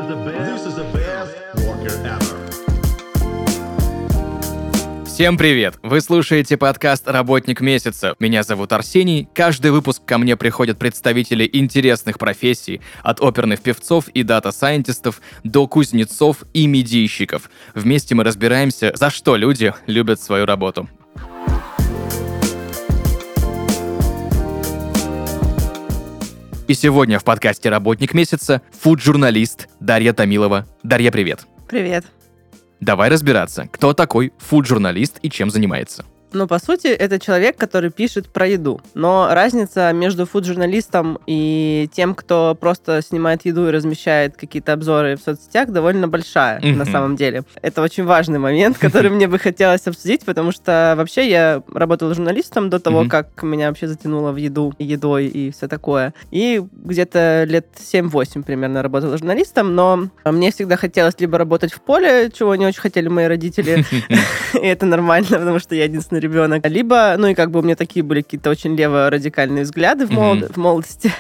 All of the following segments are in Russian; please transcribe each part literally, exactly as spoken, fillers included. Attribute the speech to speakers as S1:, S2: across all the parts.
S1: This is the best worker ever.
S2: Всем привет! Вы слушаете подкаст «Работник месяца». Меня зовут Арсений. Каждый выпуск ко мне приходят представители интересных профессий, от оперных певцов и дата-сайентистов до кузнецов и медийщиков. Вместе мы разбираемся, за что люди любят свою работу. И сегодня в подкасте «Работник месяца» фуд-журналист Дарья Томилова. Дарья, привет!
S3: Привет!
S2: Давай разбираться, кто такой фуд-журналист и чем занимается.
S3: Ну, по сути, это человек, который пишет про еду. Но разница между фуд-журналистом и тем, кто просто снимает еду и размещает какие-то обзоры в соцсетях, довольно большая mm-hmm. на самом деле. Это очень важный момент, который мне бы хотелось обсудить, потому что вообще я работала журналистом до того, mm-hmm. как меня вообще затянуло в еду, едой и все такое. И где-то лет семь-восемь примерно работала журналистом, но мне всегда хотелось либо работать в поле, чего не очень хотели мои родители, и это нормально, потому что я единственный ребенок. Либо, ну и как бы у меня такие были какие-то очень лево-радикальные взгляды в, молод... mm-hmm. в молодости.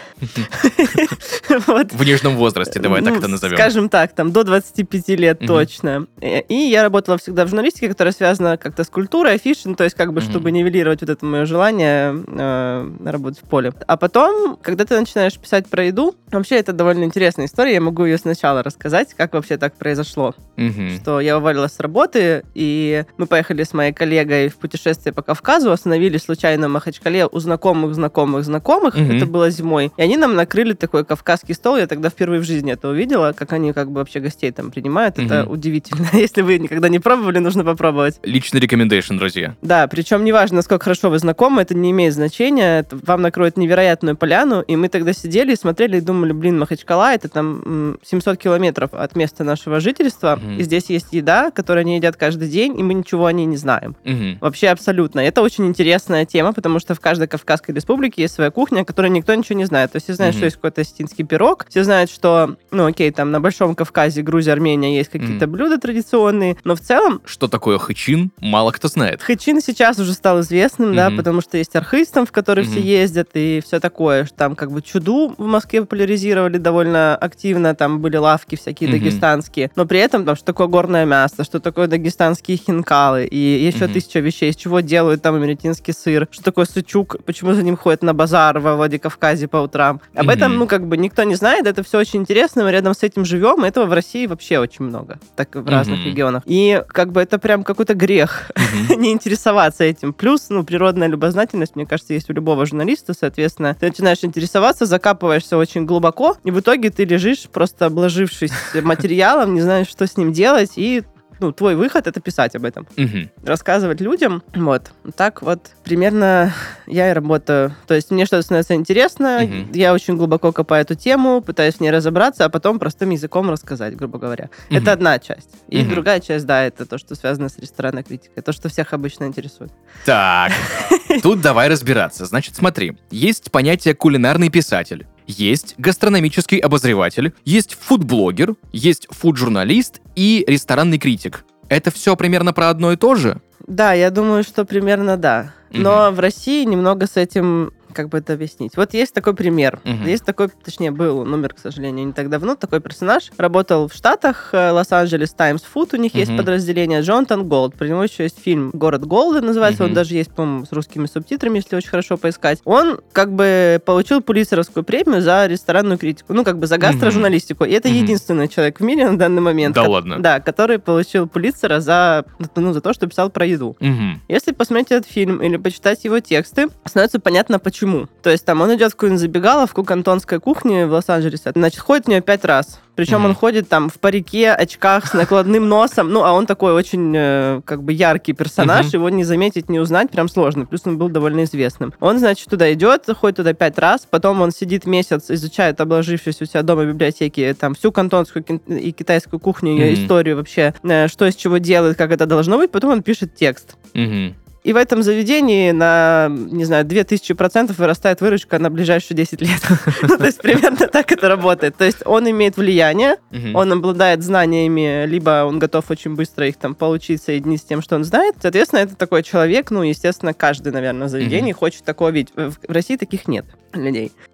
S2: В нежном возрасте, давай так это назовем.
S3: Скажем так, там до двадцати пяти лет точно. И я работала всегда в журналистике, которая связана как-то с культурой, афишей, то есть как бы, чтобы нивелировать вот это мое желание работать в поле. А потом, когда ты начинаешь писать про еду, вообще это довольно интересная история, я могу ее сначала рассказать, как вообще так произошло. Что я уволилась с работы, и мы поехали с моей коллегой в путешествие по Кавказу, остановились случайно в Махачкале у знакомых, знакомых, знакомых. Mm-hmm. Это было зимой. И они нам накрыли такой кавказский стол. Я тогда впервые в жизни это увидела, как они как бы вообще гостей там принимают. Mm-hmm. Это удивительно. Если вы никогда не пробовали, нужно попробовать.
S2: Личный рекомендейшн, друзья.
S3: Да, причем неважно, насколько хорошо вы знакомы, это не имеет значения. Это вам накроет невероятную поляну. И мы тогда сидели и смотрели и думали, блин, Махачкала, это там семьсот километров от места нашего жительства. Mm-hmm. И здесь есть еда, которую они едят каждый день, и мы ничего о ней не знаем. Mm-hmm. Вообще абсолютно. Это очень интересная тема, потому что в каждой Кавказской республике есть своя кухня, о которой никто ничего не знает. То есть все знают, mm-hmm. что есть какой-то осетинский пирог, все знают, что, ну окей, там на Большом Кавказе, Грузия, Армения есть какие-то mm-hmm. блюда традиционные, но в целом...
S2: Что такое хэчин, мало кто знает.
S3: Хэчин сейчас уже стал известным, mm-hmm. да, потому что есть архыз, там, в который mm-hmm. все ездят, и все такое. Там как бы чуду в Москве популяризировали довольно активно, там были лавки всякие mm-hmm. дагестанские, но при этом там, что такое горное мясо, что такое дагестанские хинкалы, и еще mm-hmm. тысяча вещей, из чего делают там американский сыр, что такое сычук, почему за ним ходят на базар во Владикавказе по утрам. Об mm-hmm. этом, ну, как бы никто не знает, это все очень интересно, мы рядом с этим живем, и этого в России вообще очень много, так в разных mm-hmm. регионах. И как бы это прям какой-то грех mm-hmm. не интересоваться этим. Плюс, ну, природная любознательность, мне кажется, есть у любого журналиста, соответственно, ты начинаешь интересоваться, закапываешься очень глубоко, и в итоге ты лежишь, просто обложившись материалом, не знаешь, что с ним делать, и ну, твой выход — это писать об этом. Uh-huh. Рассказывать людям. Вот. Так вот примерно я и работаю. То есть мне что-то становится интересно, uh-huh. я очень глубоко копаю эту тему, пытаюсь в ней разобраться, а потом простым языком рассказать, грубо говоря. Uh-huh. Это одна часть. И uh-huh. другая часть, да, это то, что связано с ресторанной критикой. То, что всех обычно интересует.
S2: Так, тут давай разбираться. Значит, смотри. Есть понятие «кулинарный писатель». Есть гастрономический обозреватель, есть фудблогер, есть фуд-журналист и ресторанный критик. Это все примерно про одно и то же?
S3: Да, я думаю, что примерно да. Но угу. в России немного с этим... Как бы это объяснить? Вот есть такой пример. Uh-huh. Есть такой, точнее, был, он умер, к сожалению, не так давно, такой персонаж. Работал в Штатах, Лос-Анджелес Таймс Фуд, у них uh-huh. есть подразделение, Джонатан Голд. Про него еще есть фильм «Город Голда» называется, uh-huh. он даже есть, по-моему, с русскими субтитрами, если очень хорошо поискать. Он как бы получил Пулитцеровскую премию за ресторанную критику, ну, как бы за гастрожурналистику. И это uh-huh. единственный человек в мире на данный момент.
S2: Да
S3: ко-
S2: ладно?
S3: Да, который получил Пулитцера за, ну, за то, что писал про еду. Uh-huh. Если посмотреть этот фильм или почитать его тексты, становится понятно, почему. То есть там он идет в какую-нибудь забегаловку кантонской кухни в Лос-Анджелесе, значит, ходит в нее пять раз. Причем mm-hmm. он ходит там в парике, очках, с накладным носом. Ну, а он такой очень, э, как бы, яркий персонаж. Mm-hmm. Его не заметить, не узнать прям сложно. Плюс он был довольно известным. Он, значит, туда идет, ходит туда пять раз. Потом он сидит месяц, изучает, обложившись у себя дома в библиотеке, там, всю кантонскую и китайскую кухню, ее mm-hmm. историю вообще, э, что из чего делает, как это должно быть. Потом он пишет текст. Mm-hmm. И в этом заведении на, не знаю, две тысячи процентов вырастает выручка на ближайшие десять лет. То есть примерно так это работает. То есть он имеет влияние, он обладает знаниями, либо он готов очень быстро их там получить, соединить с тем, что он знает. Соответственно, это такой человек, ну, естественно, каждый, наверное, в заведении хочет такого видеть. В России таких нет людей.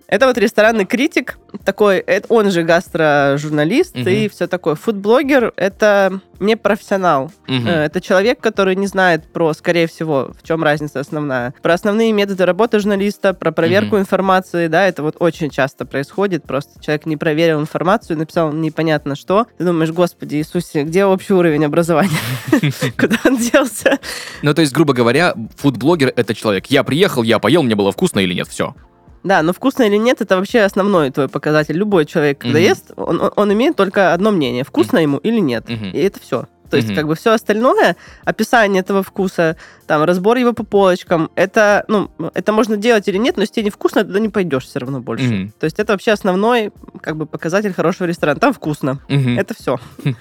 S3: Это вот ресторанный критик, такой, он же гастрожурналист угу. и все такое. Фудблогер — это не профессионал. Угу. Это человек, который не знает про, скорее всего, в чем разница основная, про основные методы работы журналиста, про проверку угу. информации, да, это вот очень часто происходит, просто человек не проверил информацию, написал непонятно что. Ты думаешь, Господи Иисусе, где общий уровень образования? Куда он делся?
S2: Ну, то есть, грубо говоря, фудблогер — это человек. Я приехал, я поел, мне было вкусно или нет, все.
S3: Да, но вкусно или нет, это вообще основной твой показатель. Любой человек, когда mm-hmm. ест, он, он, он имеет только одно мнение, вкусно mm-hmm. ему или нет. Mm-hmm. И это все. То есть, mm-hmm. как бы все остальное, описание этого вкуса, там, разбор его по полочкам, это, ну, это можно делать или нет, но если тебе не вкусно, туда не пойдешь все равно больше. Mm-hmm. То есть, это вообще основной, как бы, показатель хорошего ресторана. Там вкусно. Mm-hmm. Это все.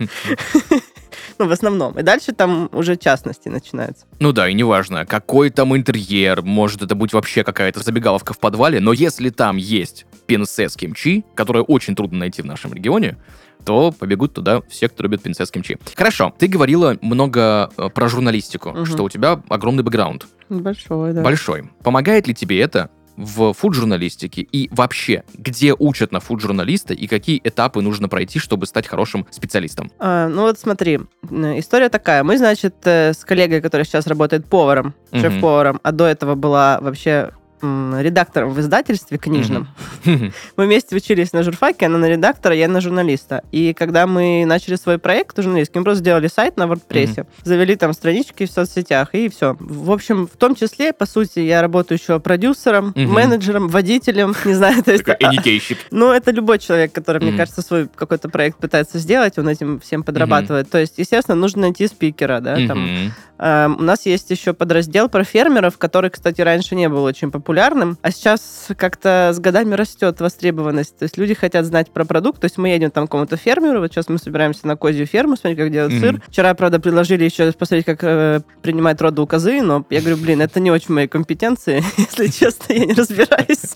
S3: Ну, в основном. И дальше там уже частности начинаются.
S2: Ну да, и неважно, какой там интерьер, может это быть вообще какая-то забегаловка в подвале, но если там есть пинце с кимчи, которое очень трудно найти в нашем регионе, то побегут туда все, кто любит пинце с кимчи. Хорошо, ты говорила много про журналистику, угу. что у тебя огромный бэкграунд.
S3: Большой, да.
S2: Большой. Помогает ли тебе это в фуд-журналистике и вообще, где учат на фуд-журналиста и какие этапы нужно пройти, чтобы стать хорошим специалистом? А,
S3: ну вот смотри, история такая. Мы, значит, с коллегой, который сейчас работает поваром, uh-huh. шеф-поваром, а до этого была вообще редактором в издательстве книжном. Uh-huh. Мы вместе учились на журфаке, она на редактора, я на журналиста. И когда мы начали свой проект журналистский, мы просто сделали сайт на WordPress, uh-huh. завели там странички в соцсетях, и все. В общем, в том числе, по сути, я работаю еще продюсером, uh-huh. менеджером, водителем, не знаю. То есть,
S2: эникейщик.
S3: Ну, это любой человек, который, мне кажется, свой какой-то проект пытается сделать, он этим всем подрабатывает. То есть, естественно, нужно найти спикера, да, там. У нас есть еще подраздел про фермеров, который, кстати, раньше не был очень популярным, а сейчас как-то с годами растет востребованность. То есть люди хотят знать про продукт. То есть мы едем там к какому-то фермеру, вот сейчас мы собираемся на козью ферму, смотреть, как делают mm-hmm. сыр. Вчера, правда, предложили еще посмотреть, как э, принимать роды у козы, но я говорю, блин, это не очень мои компетенции, если честно, я не разбираюсь.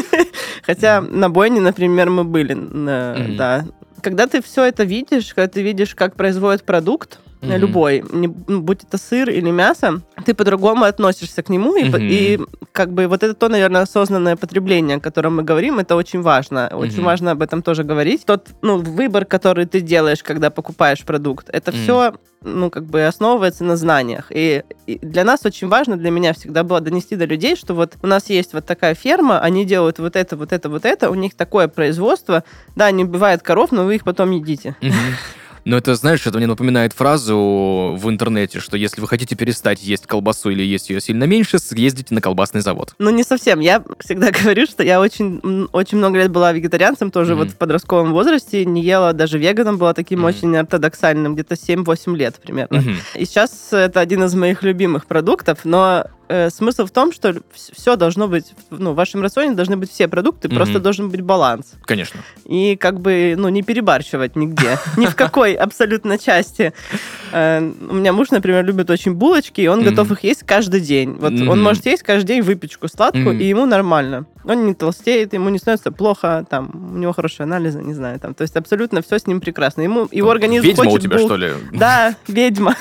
S3: Хотя на бойне, например, мы были, да. Когда ты все это видишь, когда ты видишь, как производят продукт, mm-hmm. любой, не, будь это сыр или мясо, ты по-другому относишься к нему, mm-hmm. и, и как бы вот это то, наверное, осознанное потребление, о котором мы говорим, это очень важно. Очень mm-hmm. важно об этом тоже говорить. Тот, ну, выбор, который ты делаешь, когда покупаешь продукт, это mm-hmm. все, ну, как бы основывается на знаниях. И, и для нас очень важно, для меня всегда было донести до людей, что вот у нас есть вот такая ферма, они делают вот это, вот это, вот это, у них такое производство, да, не убивают коров, но вы их потом едите.
S2: Mm-hmm. Но это, знаешь, это мне напоминает фразу в интернете, что если вы хотите перестать есть колбасу или есть ее сильно меньше, съездите на колбасный завод.
S3: Ну, не совсем. Я всегда говорю, что я очень, очень много лет была вегетарианцем, тоже mm-hmm. вот в подростковом возрасте, не ела, даже веганом была таким mm-hmm. очень ортодоксальным, где-то семь-восемь лет примерно. Mm-hmm. И сейчас это один из моих любимых продуктов, но э, смысл в том, что все должно быть, ну, в вашем рационе должны быть все продукты, mm-hmm. просто должен быть баланс.
S2: Конечно.
S3: И как бы, ну, не перебарщивать нигде, ни в какой абсолютно части. У меня муж, например, любит очень булочки, и он mm-hmm. готов их есть каждый день. Вот mm-hmm. он может есть каждый день выпечку сладкую, mm-hmm. и ему нормально. Он не толстеет, ему не становится плохо, там, у него хорошие анализы, не знаю, там. То есть абсолютно все с ним прекрасно. Ему, его организм
S2: ведьма
S3: хочет...
S2: у тебя,
S3: бул...
S2: что ли?
S3: Да, ведьма.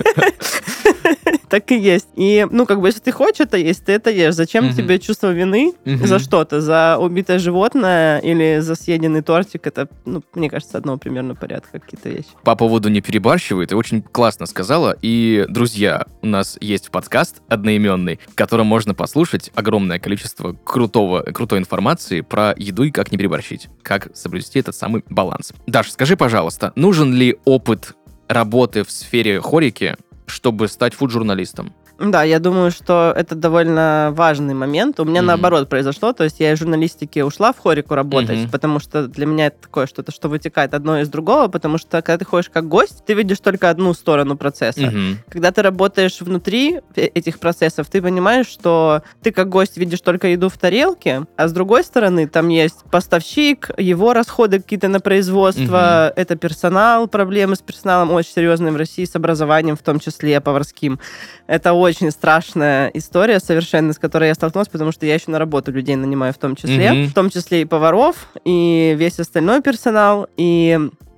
S3: Так и есть. И, ну, как бы, если ты хочешь это есть, ты это ешь. Зачем uh-huh. тебе чувство вины uh-huh. за что-то? За убитое животное или за съеденный тортик? Это, ну, мне кажется, одного примерно порядка какие-то вещи.
S2: По поводу не перебарщивай, ты очень классно сказала. И, друзья, у нас есть подкаст одноименный, в котором можно послушать огромное количество крутого, крутой информации про еду и как не переборщить. Как соблюсти этот самый баланс. Даша, скажи, пожалуйста, нужен ли опыт работы в сфере хорики, чтобы стать фуд-журналистом?
S3: Да, я думаю, что это довольно важный момент. У меня mm-hmm. наоборот произошло, то есть я из журналистики ушла в хорику работать, mm-hmm. потому что для меня это такое что-то, что вытекает одно из другого, потому что когда ты ходишь как гость, ты видишь только одну сторону процесса. Mm-hmm. Когда ты работаешь внутри этих процессов, ты понимаешь, что ты как гость видишь только еду в тарелке, а с другой стороны там есть поставщик, его расходы какие-то на производство, mm-hmm. это персонал, проблемы с персоналом очень серьезные в России, с образованием в том числе поварским. Это очень страшная история совершенно, с которой я столкнулась, потому что я еще на работу людей нанимаю в том числе, mm-hmm. в том числе и поваров, и весь остальной персонал, и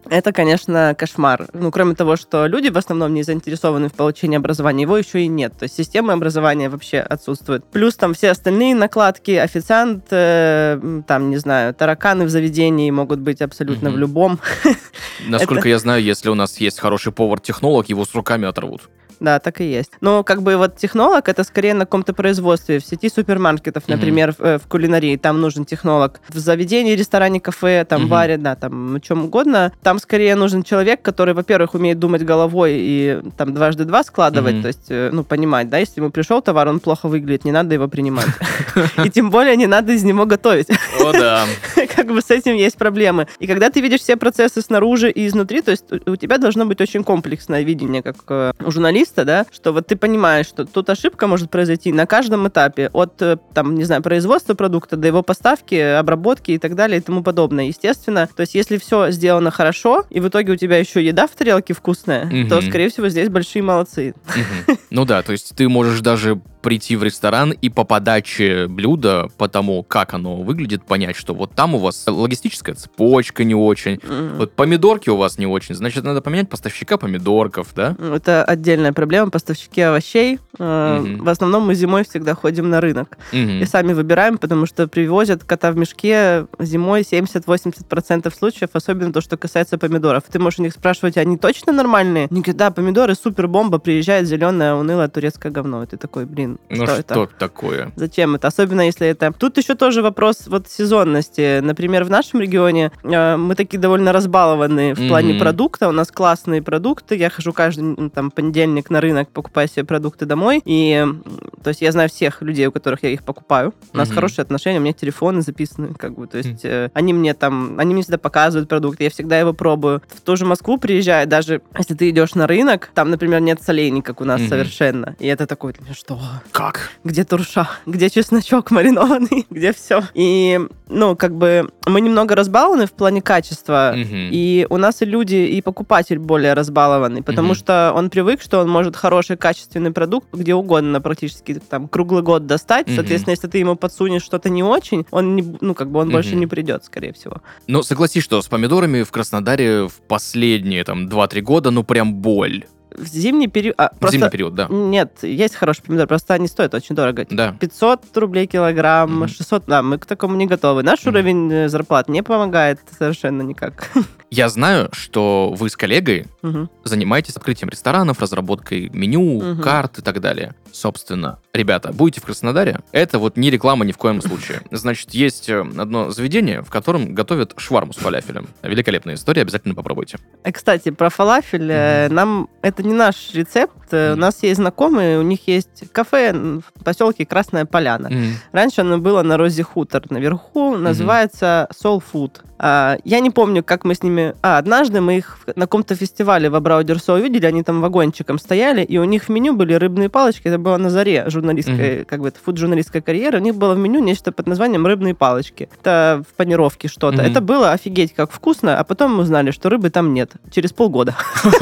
S3: Это, конечно, кошмар. Ну, кроме того, что люди в основном не заинтересованы в получении образования, его еще и нет. То есть система образования вообще отсутствует. Плюс там все остальные накладки, официант, э, там, не знаю, тараканы в заведении могут быть абсолютно угу. в любом.
S2: Насколько
S3: Это...
S2: я знаю, если у нас есть хороший повар-технолог, его с руками оторвут.
S3: Да, так и есть. Но как бы вот технолог, это скорее на каком-то производстве, в сети супермаркетов, например, mm-hmm. в, в кулинарии, там нужен технолог. В заведении, ресторане, кафе, там, mm-hmm. баре, да, там, чем угодно. Там скорее нужен человек, который, во-первых, умеет думать головой и там дважды два складывать, mm-hmm. то есть, ну, понимать, да, если ему пришел товар, он плохо выглядит, не надо его принимать. И тем более не надо из него готовить.
S2: О, да.
S3: Как бы с этим есть проблемы. И когда ты видишь все процессы снаружи и изнутри, то есть у тебя должно быть очень комплексное видение, как у журналиста, да, что вот ты понимаешь, что тут ошибка может произойти на каждом этапе, от, там, не знаю, производства продукта до его поставки, обработки и так далее и тому подобное. Естественно, то есть если все сделано хорошо, и в итоге у тебя еще еда в тарелке вкусная, mm-hmm. то, скорее всего, здесь большие молодцы.
S2: Mm-hmm. Ну да, то есть ты можешь даже прийти в ресторан и по подаче блюда, по тому, как оно выглядит, понять, что вот там у вас логистическая цепочка не очень, mm-hmm. вот помидорки у вас не очень, значит, надо поменять поставщика помидорков, да?
S3: Это отдельная проблема, поставщики овощей. Mm-hmm. В основном мы зимой всегда ходим на рынок mm-hmm. и сами выбираем, потому что привозят кота в мешке зимой семьдесят-восемьдесят процентов случаев, особенно то, что касается помидоров. Ты можешь у них спрашивать, они точно нормальные? Они говорят, да, помидоры супер-бомба, приезжает зеленое, унылое турецкое говно. И ты такой, блин,
S2: ну
S3: что,
S2: что
S3: это?
S2: такое?
S3: Зачем это? Особенно если это... Тут еще тоже вопрос вот сезонности. Например, в нашем регионе э, мы такие довольно разбалованные в mm-hmm. плане продукта. У нас классные продукты. Я хожу каждый там, понедельник на рынок, покупаю себе продукты домой. И то есть я знаю всех людей, у которых я их покупаю. У нас mm-hmm. хорошие отношения, у меня телефоны записаны. Как бы, то есть mm-hmm. э, они мне там... Они мне всегда показывают продукт, я всегда его пробую. В ту же Москву приезжаю, даже если ты идешь на рынок, там, например, нет солений, как у нас mm-hmm. совершенно. И это такой, что...
S2: Как?
S3: Где турша? Где чесночок маринованный? Где все? И, ну, как бы мы немного разбалованы в плане качества, mm-hmm. и у нас и люди, и покупатель более разбалованный, потому mm-hmm. что он привык, что он может хороший качественный продукт где угодно практически там круглый год достать. Mm-hmm. Соответственно, если ты ему подсунешь что-то не очень, он не, ну, как бы он mm-hmm. больше не придет, скорее всего.
S2: Но согласись, что с помидорами в Краснодаре в последние там два-три года, ну, прям боль.
S3: В зимний период... А,
S2: в
S3: просто...
S2: зимний период, да.
S3: Нет, есть хорошие помидоры, просто они стоят очень дорого.
S2: Да.
S3: пятьсот рублей килограмм, mm-hmm. шестьсот... Да, мы к такому не готовы. Наш mm-hmm. уровень зарплат не помогает совершенно никак.
S2: Я знаю, что вы с коллегой
S3: mm-hmm. занимаетесь
S2: открытием ресторанов, разработкой меню, mm-hmm. карт и так далее. Собственно, ребята, будете в Краснодаре, это вот не реклама ни в коем случае. Значит, есть одно заведение, в котором готовят шварму с фалафелем. Великолепная история, обязательно попробуйте.
S3: Кстати, про фалафель, mm-hmm. нам это не наш рецепт. Mm-hmm. У нас есть знакомые, у них есть кафе в поселке Красная Поляна. Mm-hmm. Раньше оно было на Розе Хутор наверху, называется mm-hmm. Soul Food. А, я не помню, как мы с ними... А, однажды мы их на каком-то фестивале в Абрау-Дюрсо увидели, они там вагончиком стояли, и у них в меню были рыбные палочки. Это было на заре журналистской, mm-hmm. как бы, фуд-журналистской карьеры. У них было в меню нечто под названием рыбные палочки. Это в панировке что-то. Mm-hmm. Это было офигеть как вкусно, а потом мы узнали, что рыбы там нет. Через полгода.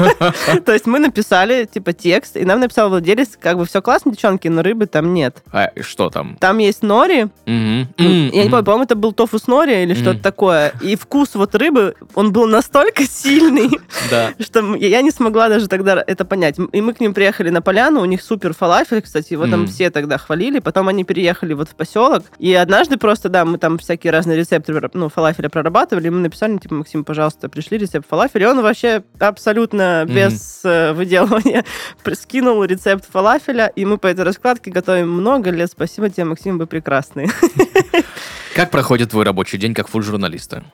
S3: То есть мы написали, типа, текст, и нам написал владелец, как бы, все классно, девчонки, но рыбы там нет.
S2: А что там?
S3: Там есть нори. Я не помню, по-моему, это был тофу с нори или что-то такое. И вкус вот рыбы, он был настолько сильный, что я не смогла даже тогда это понять. И мы к ним приехали на поляну, у них супер фалафель, кстати, его там все тогда хвалили, потом они переехали вот в поселок, и однажды просто, да, мы там всякие разные рецепты, ну, фалафеля прорабатывали, и мы написали, типа, Максим, пожалуйста, пришли рецепт фалафеля, и он вообще абсолютно без mm-hmm. выделывания скинул рецепт фалафеля, и мы по этой раскладке готовим много лет. Спасибо тебе, Максим, вы прекрасный.
S2: Как проходит твой рабочий день как фуд-журналиста?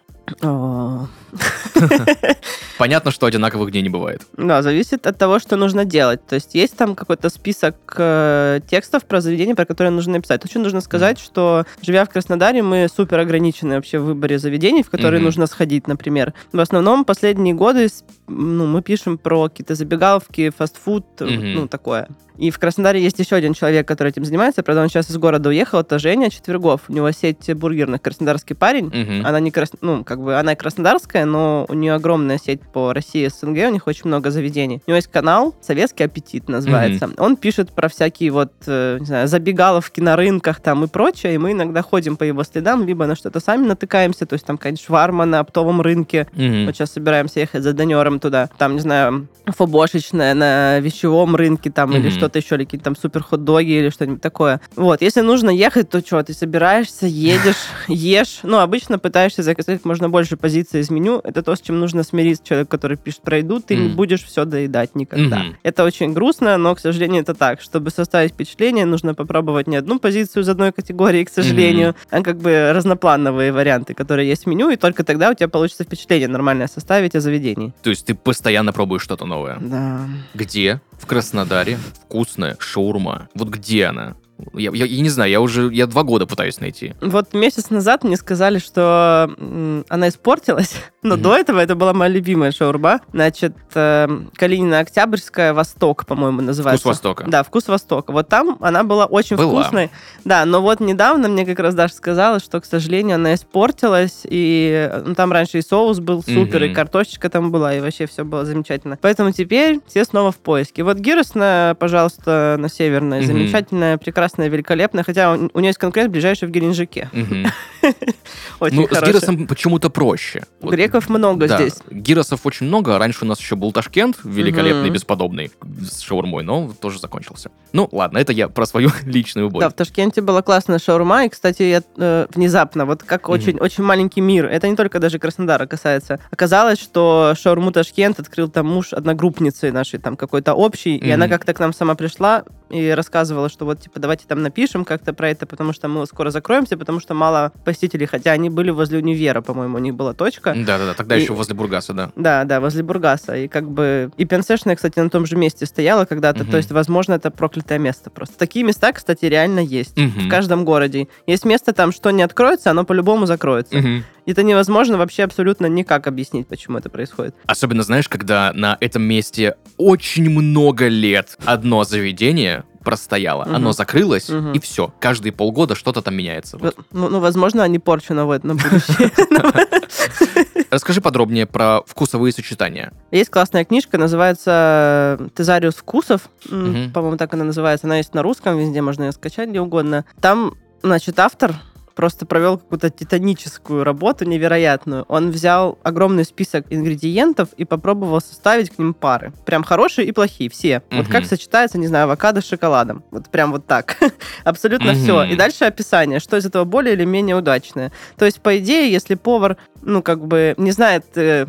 S2: Понятно, что одинаковых дней не бывает.
S3: Да, зависит от того, что нужно делать. То есть есть там какой-то список э, текстов про заведения, про которые нужно написать. Очень нужно сказать, mm-hmm. что, живя в Краснодаре, мы супер ограничены вообще в выборе заведений, в которые mm-hmm. нужно сходить, например. В основном последние годы ну, мы пишем про какие-то забегаловки, фастфуд, mm-hmm. ну, такое. И в Краснодаре есть еще один человек, который этим занимается. Правда, он сейчас из города уехал. Это Женя Четвергов. У него сеть бургерных, краснодарский парень. Mm-hmm. Она не крас... ну, как бы она краснодарская, но у нее огромная сеть по России и СНГ, у них очень много заведений. У него есть канал «Советский аппетит» называется. Mm-hmm. Он пишет про всякие вот, не знаю, забегаловки на рынках там и прочее, и мы иногда ходим по его следам, либо на что-то сами натыкаемся, то есть там какая-нибудь шварма на оптовом рынке. Mm-hmm. Вот сейчас собираемся ехать за донером туда. Там, не знаю, фобошечная на вещевом рынке там, mm-hmm. или что-то еще, или какие-то там супер хот-доги или что-нибудь такое. Вот, если нужно ехать, то что, ты собираешься, едешь, ешь. Ну, обычно пытаешься заказать как можно больше позиций из меню. Это то, с чем нужно смириться человек, который пишет про еду, ты mm-hmm. не будешь все доедать никогда. Mm-hmm. Это очень грустно, но, к сожалению, это так. Чтобы составить впечатление, нужно попробовать не одну позицию из одной категории, к сожалению, mm-hmm. а как бы разноплановые варианты, которые есть в меню, и только тогда у тебя получится впечатление нормальное составить о заведении.
S2: То есть ты постоянно пробуешь что-то новое?
S3: Да.
S2: Где? В Краснодаре? Вкусная шаурма. Вот где она? Я, я, я не знаю, я уже я два года пытаюсь найти.
S3: Вот месяц назад мне сказали, что м, она испортилась, но mm-hmm. до этого это была моя любимая шаурма. Значит, э, Калинина-Октябрьская, Восток, по-моему, называется.
S2: Вкус Востока.
S3: Да, Вкус Востока. Вот там она была очень
S2: была.
S3: вкусной. Да, но вот недавно мне как раз Даша сказала, что, к сожалению, она испортилась, и ну, там раньше и соус был супер, mm-hmm. и картошечка там была, и вообще все было замечательно. Поэтому теперь все снова в поиске. Вот Гиросна, пожалуйста, на Северной, mm-hmm. замечательная, прекрасная, великолепная, хотя у, у нее есть конкурент ближайший в Геленджике. Очень
S2: ну, с Гиросом почему-то проще.
S3: Греков много здесь.
S2: Гиросов очень много. Раньше у нас еще был Ташкент, великолепный, бесподобный, с шаурмой, но тоже закончился. Ну, ладно, это я про свою личную боль.
S3: Да, в Ташкенте была классная шаурма, и, кстати, я э, внезапно, вот как очень, очень маленький мир, это не только даже Краснодара касается, оказалось, что шаурму Ташкент открыл там муж одногруппницы нашей, там какой-то общий, и она как-то к нам сама пришла и рассказывала, что вот, типа, давайте там напишем как-то про это, потому что мы скоро закроемся, потому что мало посетителей, хотя они были возле универа, по-моему, у них была точка.
S2: Да-да-да, тогда и... еще возле Бургаса, да.
S3: Да, да, возле Бургаса. И как бы... И Пенсешная, кстати, на том же месте стояла когда-то, угу. то есть, возможно, это проклятое место просто. Такие места, кстати, реально есть угу. в каждом городе. Есть место там, что не откроется, оно по-любому закроется. Угу. Это невозможно вообще абсолютно никак объяснить, почему это происходит.
S2: Особенно, знаешь, когда на этом месте очень много лет одно заведение простояло, угу. оно закрылось, угу. и все. Каждые полгода что-то там меняется. Вот.
S3: Ну, ну, возможно, они порчу наводят на будущее.
S2: Расскажи подробнее про вкусовые сочетания.
S3: Есть классная книжка, называется «Тезариус вкусов». По-моему, так она называется. Она есть на русском, везде можно ее скачать, где угодно. Там, значит, автор просто провел какую-то титаническую работу невероятную. Он взял огромный список ингредиентов и попробовал составить к ним пары. Прям хорошие и плохие, все. Mm-hmm. Вот как сочетается, не знаю, авокадо с шоколадом. Вот прям вот так. Абсолютно mm-hmm. все. И дальше описание, что из этого более или менее удачное. То есть, по идее, если повар, ну, как бы не знает...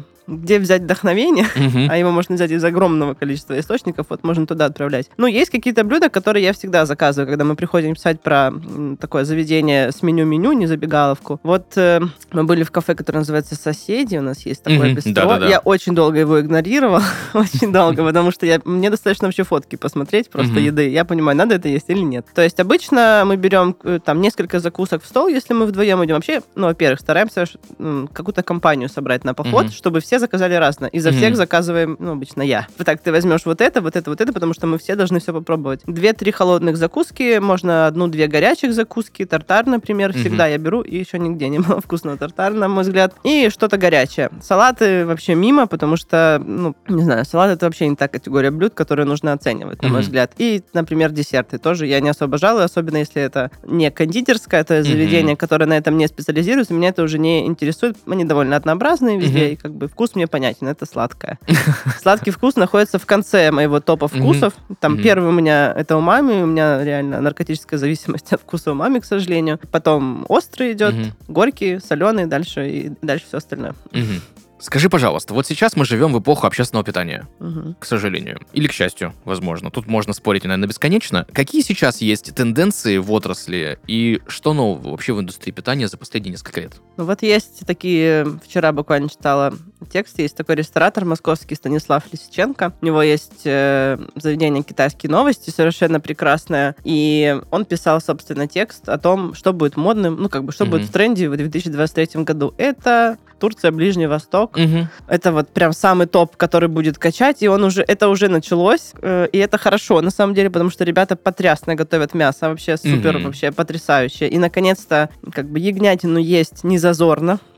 S3: где взять вдохновение, uh-huh. а его можно взять из огромного количества источников, вот можно туда отправлять. Ну, есть какие-то блюда, которые я всегда заказываю, когда мы приходим писать про такое заведение с меню-меню, не забегаловку. Вот э, мы были в кафе, которое называется «Соседи», у нас есть такое uh-huh. бистро. Да-да-да. Я очень долго его игнорировала, очень долго, потому что я, мне достаточно вообще фотки посмотреть, просто uh-huh. еды. Я понимаю, надо это есть или нет. То есть обычно мы берем там несколько закусок в стол, если мы вдвоем идем. Вообще, ну, во-первых, стараемся какую-то компанию собрать на поход, uh-huh. чтобы все заказали разное. И за mm-hmm. всех заказываем, ну, обычно я. Вот так, ты возьмешь вот это, вот это, вот это, потому что мы все должны все попробовать. Две-три холодных закуски, можно одну-две горячих закуски, тартар, например, mm-hmm. всегда я беру, и еще нигде не было вкусного тартара, на мой взгляд. И что-то горячее. Салаты вообще мимо, потому что, ну, не знаю, салат — это вообще не та категория блюд, которую нужно оценивать, на mm-hmm. мой взгляд. И, например, десерты тоже я не особо жалую, особенно если это не кондитерское, то есть mm-hmm. заведение, которое на этом не специализируется, меня это уже не интересует. Они довольно однообразные везде, mm-hmm. и как бы вкус мне понятен, это сладкое. Сладкий вкус находится в конце моего топа вкусов. Там mm-hmm. первый у меня это умами, у меня реально наркотическая зависимость от вкуса умами, к сожалению. Потом острый идет, mm-hmm. горький, соленый, дальше и дальше все остальное.
S2: Mm-hmm. Скажи, пожалуйста, вот сейчас мы живем в эпоху общественного питания,
S3: угу.
S2: к сожалению. Или к счастью, возможно. Тут можно спорить, наверное, бесконечно. Какие сейчас есть тенденции в отрасли и что нового вообще в индустрии питания за последние несколько лет?
S3: Ну вот есть такие... Вчера буквально читала текст. Есть такой ресторатор московский Станислав Лисиченко. У него есть э, заведение «Китайские новости», совершенно прекрасное. И он писал, собственно, текст о том, что будет модным, ну как бы, что угу. будет в тренде в две тысячи двадцать третьем году. Это Турция, Ближний Восток. Угу. Это вот прям самый топ, который будет качать, и он уже, это уже началось, э, и это хорошо, на самом деле, потому что ребята потрясно готовят мясо, вообще супер, угу. вообще потрясающе. И, наконец-то, как бы ягнятину есть не зазорно,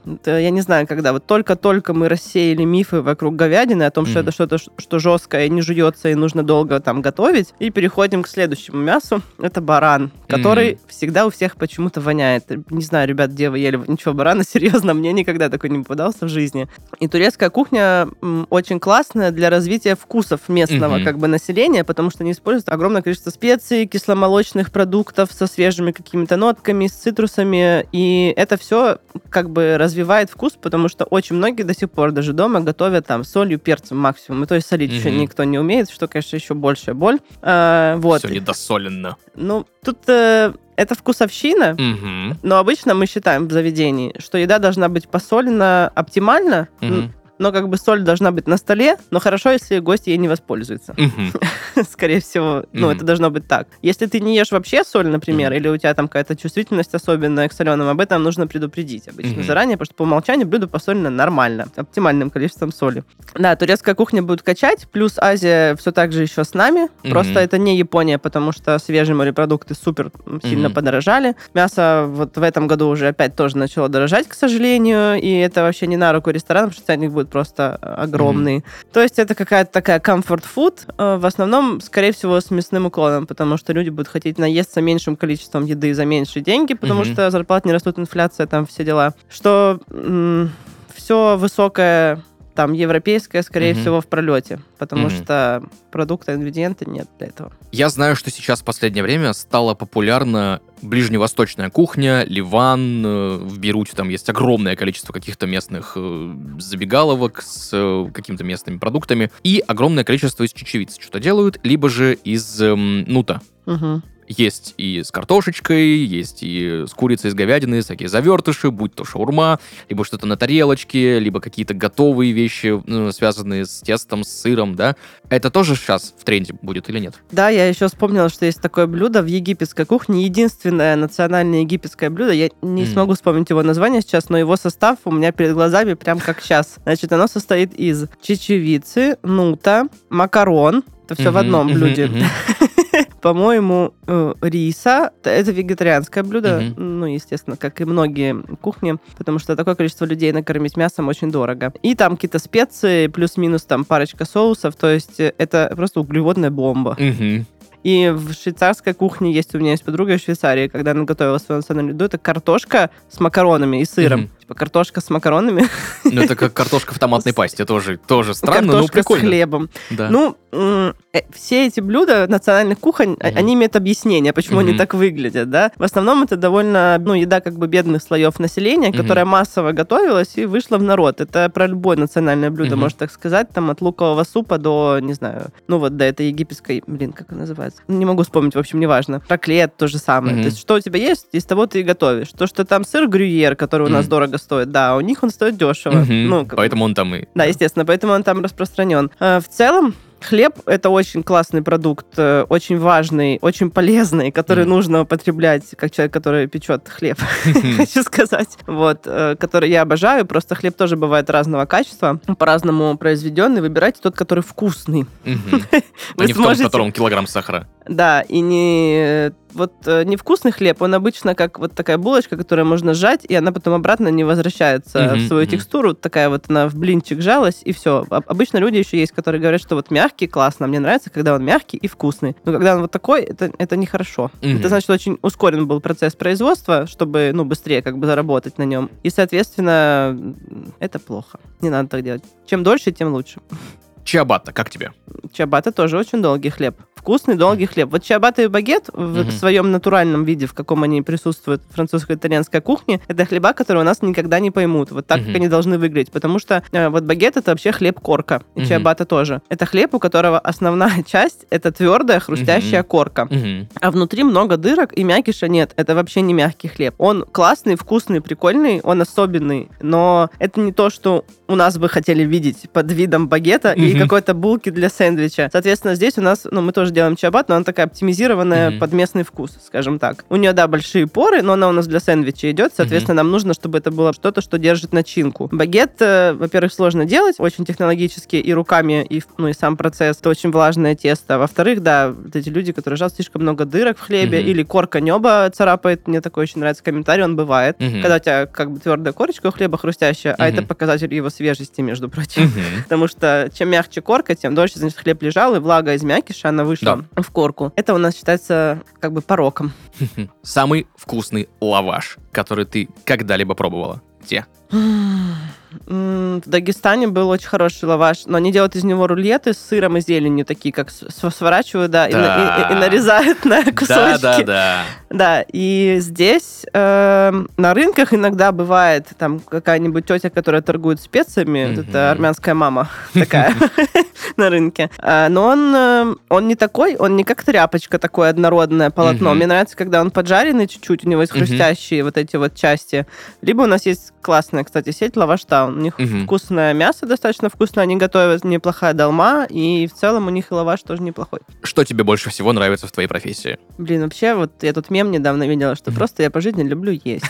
S3: Это, я не знаю, когда. Вот только-только мы рассеяли мифы вокруг говядины о том, что mm-hmm. это что-то, что жесткое, не жуется и нужно долго там готовить. И переходим к следующему мясу. Это баран, который mm-hmm. всегда у всех почему-то воняет. Не знаю, ребят, где вы ели ничего барана, серьезно, мне никогда такой не попадался в жизни. И турецкая кухня м, очень классная для развития вкусов местного mm-hmm. как бы населения, потому что они используют огромное количество специй, кисломолочных продуктов со свежими какими-то нотками, с цитрусами, и это все как бы развивает вкус, потому что очень многие до сих пор даже дома готовят там солью, перцем максимум, и то есть солить mm-hmm. еще никто не умеет, что, конечно, еще большая боль. А, вот.
S2: Все недосолено.
S3: Ну, тут... Э, это вкусовщина,
S2: mm-hmm.
S3: но обычно мы считаем в заведении, что еда должна быть посолена оптимально, mm-hmm. но как бы соль должна быть на столе, но хорошо, если гость ей не воспользуется.
S2: Mm-hmm.
S3: Скорее всего, ну, mm-hmm. это должно быть так. Если ты не ешь вообще соль, например, mm-hmm. или у тебя там какая-то чувствительность особенная к соленым, об этом нужно предупредить обычно mm-hmm. заранее, потому что по умолчанию блюдо посолено нормально, оптимальным количеством соли. Да, турецкая кухня будет качать, плюс Азия все так же еще с нами, mm-hmm. просто это не Япония, потому что свежие морепродукты супер сильно mm-hmm. подорожали. Мясо вот в этом году уже опять тоже начало дорожать, к сожалению, и это вообще не на руку ресторанам, потому что ценник будет просто огромный. Mm-hmm. То есть это какая-то такая comfort food, в основном, скорее всего, с мясным уклоном, потому что люди будут хотеть наесться меньшим количеством еды за меньшие деньги, потому mm-hmm. что зарплаты не растут, инфляция, там все дела. Что м- все высокое, там, европейское, скорее mm-hmm. всего, в пролете, потому mm-hmm. что продукта, ингредиенты нет для этого.
S2: Я знаю, что сейчас в последнее время стала популярна ближневосточная кухня, Ливан, в Бейруте там есть огромное количество каких-то местных забегаловок с какими-то местными продуктами и огромное количество из чечевицы что-то делают, либо же из эм, нута.
S3: Угу.
S2: Есть и с картошечкой, есть и с курицей, с говядиной, всякие завертыши, будь то шаурма, либо что-то на тарелочке, либо какие-то готовые вещи, ну, связанные с тестом, с сыром, да? Это тоже сейчас в тренде будет или нет?
S3: Да, я еще вспомнила, что есть такое блюдо в египетской кухне, единственное национальное египетское блюдо, я не mm. смогу вспомнить его название сейчас, но его состав у меня перед глазами прям как сейчас. Значит, оно состоит из чечевицы, нута, макарон, это все mm-hmm, в одном блюде. Mm-hmm, mm-hmm. По-моему, э, риса. Это вегетарианское блюдо, mm-hmm. ну, естественно, как и многие кухни, потому что такое количество людей накормить мясом очень дорого. И там какие-то специи, плюс-минус там парочка соусов, то есть это просто углеводная бомба.
S2: Mm-hmm.
S3: И в швейцарской кухне есть, у меня есть подруга из Швейцарии, когда она готовила свою национальную еду, это картошка с макаронами и сыром. Mm-hmm. Типа картошка с макаронами.
S2: Ну, это как картошка в томатной пасте, тоже, тоже странно, но прикольно.
S3: Картошка с хлебом.
S2: Да.
S3: Ну, э, все эти блюда национальных кухонь, mm-hmm. они имеют объяснение, почему mm-hmm. они так выглядят, да. В основном это довольно, ну, еда как бы бедных слоев населения, mm-hmm. которая массово готовилась и вышла в народ. Это про любое национальное блюдо, mm-hmm. можно так сказать, там от лукового супа до, не знаю, ну, вот до этой египетской, блин, как она называется? Не могу вспомнить, в общем, неважно. Раклет то же самое. Mm-hmm. То есть, что у тебя есть, из того ты и готовишь. То, что там сыр грюйер, который mm-hmm. у нас дорого стоит, да, у них он стоит дешево.
S2: Mm-hmm.
S3: Ну, как...
S2: Поэтому он там и...
S3: Да, естественно, поэтому он там распространен. А, в целом, хлеб – это очень классный продукт, очень важный, очень полезный, который mm. нужно употреблять, как человек, который печет хлеб, mm-hmm. хочу сказать. Вот, который я обожаю. Просто хлеб тоже бывает разного качества, по-разному произведенный. Выбирайте тот, который вкусный.
S2: Mm-hmm. А не в том, в котором килограмм сахара.
S3: Да, и не... Вот невкусный хлеб, он обычно как вот такая булочка, которую можно сжать, и она потом обратно не возвращается mm-hmm, в свою mm-hmm. текстуру. Такая вот она в блинчик сжалась, и все. Обычно люди еще есть, которые говорят, что вот мягкий, классно. Мне нравится, когда он мягкий и вкусный. Но когда он вот такой, это, это нехорошо. Mm-hmm. Это значит, что очень ускорен был процесс производства, чтобы, ну, быстрее как бы заработать на нем. И, соответственно, это плохо. Не надо так делать. Чем дольше, тем лучше.
S2: Чиабатта, как тебе?
S3: Чиабатта тоже очень долгий хлеб. Вкусный, долгий хлеб. Вот чиабатта и багет mm-hmm. в своем натуральном виде, в каком они присутствуют в французско-итальянской кухне, это хлеба, которые у нас никогда не поймут. Вот так, mm-hmm. как они должны выглядеть. Потому что э, вот багет — это вообще хлеб-корка. И mm-hmm. чиабатта тоже. Это хлеб, у которого основная часть — это твердая, хрустящая mm-hmm. корка. Mm-hmm. А внутри много дырок, и мякиша нет. Это вообще не мягкий хлеб. Он классный, вкусный, прикольный, он особенный. Но это не то, что у нас бы хотели видеть под видом багета mm-hmm. и какой-то булки для сэндвича. Соответственно, здесь у нас, ну, мы тоже делаем чиабату, но она такая оптимизированная mm-hmm. под местный вкус, скажем так. У нее, да, большие поры, но она у нас для сэндвича идет, соответственно, mm-hmm. нам нужно, чтобы это было что-то, что держит начинку. Багет, во-первых, сложно делать, очень технологически и руками, и, ну, и сам процесс. Это очень влажное тесто. Во-вторых, да, вот эти люди, которые жарят, слишком много дырок в хлебе, mm-hmm. или корка неба царапает. Мне такой очень нравится комментарий, он бывает. Mm-hmm. Когда у тебя как бы твердая корочка у хлеба хрустящая, mm-hmm. а это показатель его свежести, между прочим. Mm-hmm. Потому что чем мягче корка, тем дольше, значит, хлеб лежал, и влага из мякиша, она вышла да. в корку. Это у нас считается как бы пороком.
S2: Самый вкусный лаваш, который ты когда-либо пробовала? Где?
S3: В Дагестане был очень хороший лаваш, но они делают из него рулеты с сыром и зеленью, такие, как сворачивают, да, да. И, и, и нарезают на кусочки.
S2: Да, да, да.
S3: Да, и здесь э, на рынках иногда бывает там какая-нибудь тетя, которая торгует специями, mm-hmm. вот это армянская мама такая на рынке. Но он, он не такой, он не как тряпочка такое однородное полотно. Мне нравится, когда он поджаренный чуть-чуть, у него есть хрустящие вот эти вот части. Либо у нас есть классная, кстати, сеть Лаваштаун. У них угу. вкусное мясо, достаточно вкусно, они готовят, неплохая долма, и в целом у них и лаваш тоже неплохой.
S2: Что тебе больше всего нравится в твоей профессии?
S3: Блин, вообще, вот я тут мем недавно видела, что просто я по жизни люблю есть.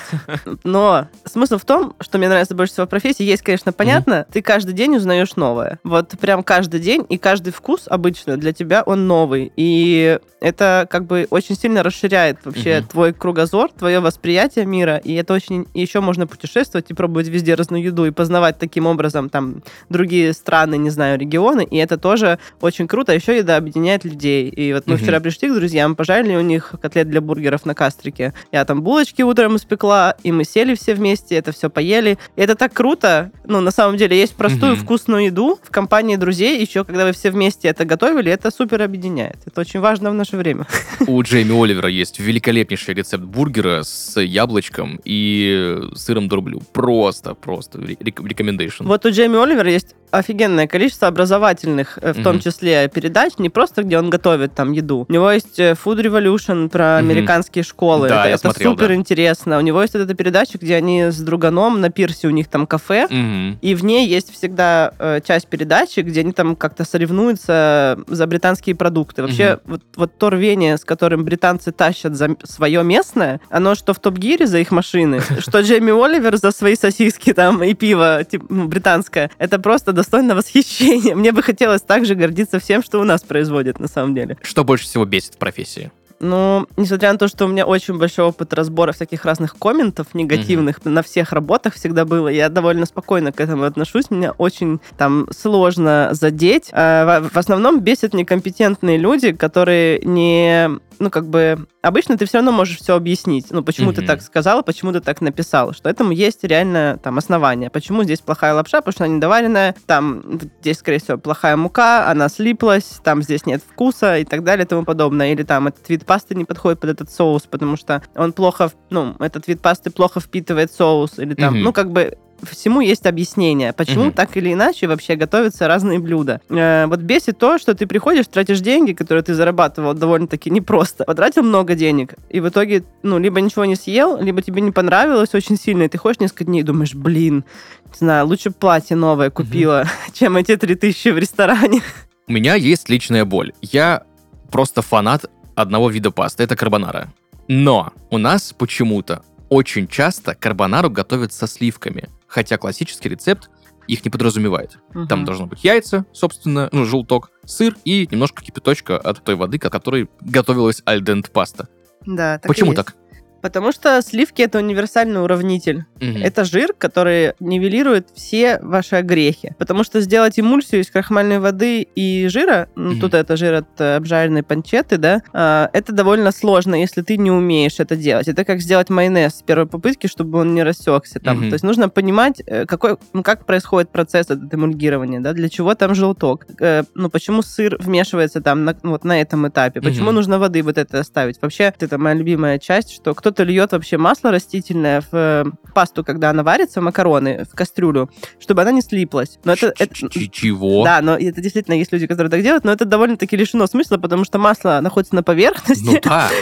S3: Но смысл в том, что мне нравится больше всего в профессии, есть, конечно, понятно, ты каждый день узнаешь новое. Вот прям каждый день, и каждый вкус обычно для тебя, он новый. И это как бы очень сильно расширяет вообще угу. твой кругозор, твое восприятие мира, и это очень... И еще можно путешествовать и пробовать везде разную еду, и познавать таким образом там другие страны, не знаю, регионы, и это тоже очень круто. Еще еда объединяет людей. И вот мы угу. вчера пришли к друзьям, пожарили у них котлет для бургеров на Кастрике. Я там булочки утром испекла, и мы сели все вместе, это все поели. И это так круто. Ну, на самом деле, есть простую угу. вкусную еду в компании друзей, еще когда вы все вместе это готовили, это супер объединяет. Это очень важно в наше время.
S2: У Джейми Оливера есть великолепнейший рецепт бургера с яблочком и сыром дурблю. Просто, просто recommendation.
S3: Вот у Джейми Оливера есть офигенное количество образовательных, в mm-hmm. том числе передач, не просто где он готовит там еду. У него есть Food Revolution про mm-hmm. американские школы.
S2: Да,
S3: это
S2: я
S3: это
S2: смотрел,
S3: супер
S2: да.
S3: интересно. У него есть вот эта передача, где они с друганом на пирсе, у них там кафе,
S2: mm-hmm.
S3: и в ней есть всегда э, часть передачи, где они там как-то соревнуются за британские продукты. Вообще, mm-hmm. вот, вот то рвение, с которым британцы тащат за свое местное, оно что в Топ-Гире за их машины, что Джейми Оливер за свои сосиски там и пиво типа, британское. Это просто достойно восхищения. Мне бы хотелось также гордиться всем, что у нас производят на самом деле.
S2: Что больше всего бесит в профессии?
S3: Ну, несмотря на то, что у меня очень большой опыт разбора всяких разных комментов негативных mm-hmm. на всех работах всегда было, я довольно спокойно к этому отношусь. Меня очень там сложно задеть. В основном бесят некомпетентные люди, которые не... Ну, как бы, обычно ты все равно можешь все объяснить. Ну, почему mm-hmm. ты так сказала, почему ты так написал. Что этому есть реально там основания. Почему здесь плохая лапша, потому что она недоваренная, там здесь, скорее всего, плохая мука, она слиплась, там здесь нет вкуса и так далее и тому подобное. Или там этот вид пасты не подходит под этот соус, потому что он плохо, ну, этот вид пасты плохо впитывает соус. Или там, mm-hmm. ну, как бы... Всему есть объяснение, почему mm-hmm. так или иначе вообще готовятся разные блюда. Э, вот бесит то, что ты приходишь, тратишь деньги, которые ты зарабатывал довольно-таки непросто, потратил много денег, и в итоге, ну, либо ничего не съел, либо тебе не понравилось очень сильно, и ты ходишь несколько дней и думаешь, блин, не знаю, лучше платье новое купила, mm-hmm. чем эти три тысячи в ресторане.
S2: У меня есть личная боль. Я просто фанат одного вида пасты, это карбонара. Но у нас почему-то очень часто карбонару готовят со сливками. Хотя классический рецепт их не подразумевает. Uh-huh. Там должно быть яйца, собственно, ну, желток, сыр и немножко кипяточка от той воды, которой готовилась аль-денте паста.
S3: Да, так
S2: Почему
S3: и есть.
S2: так?
S3: Потому что сливки — это универсальный уравнитель. Mm-hmm. Это жир, который нивелирует все ваши огрехи. Потому что сделать эмульсию из крахмальной воды и жира, ну, mm-hmm. тут это жир от обжаренной панчетты, да, э, это довольно сложно, если ты не умеешь это делать. Это как сделать майонез с первой попытки, чтобы он не рассекся там. Mm-hmm. То есть нужно понимать, какой, ну, как происходит процесс этого эмульгирования, да, для чего там желток, э, ну, почему сыр вмешивается там на, вот на этом этапе, почему mm-hmm. нужно воды вот это оставить. Вообще, это моя любимая часть, что кто кто-то льет вообще масло растительное в э, пасту, когда она варится, макароны, в кастрюлю, чтобы она не слиплась. Но это, это,
S2: Чего?
S3: Да, но это действительно есть люди, которые так делают, но это довольно-таки лишено смысла, потому что масло находится на поверхности.
S2: Ну да.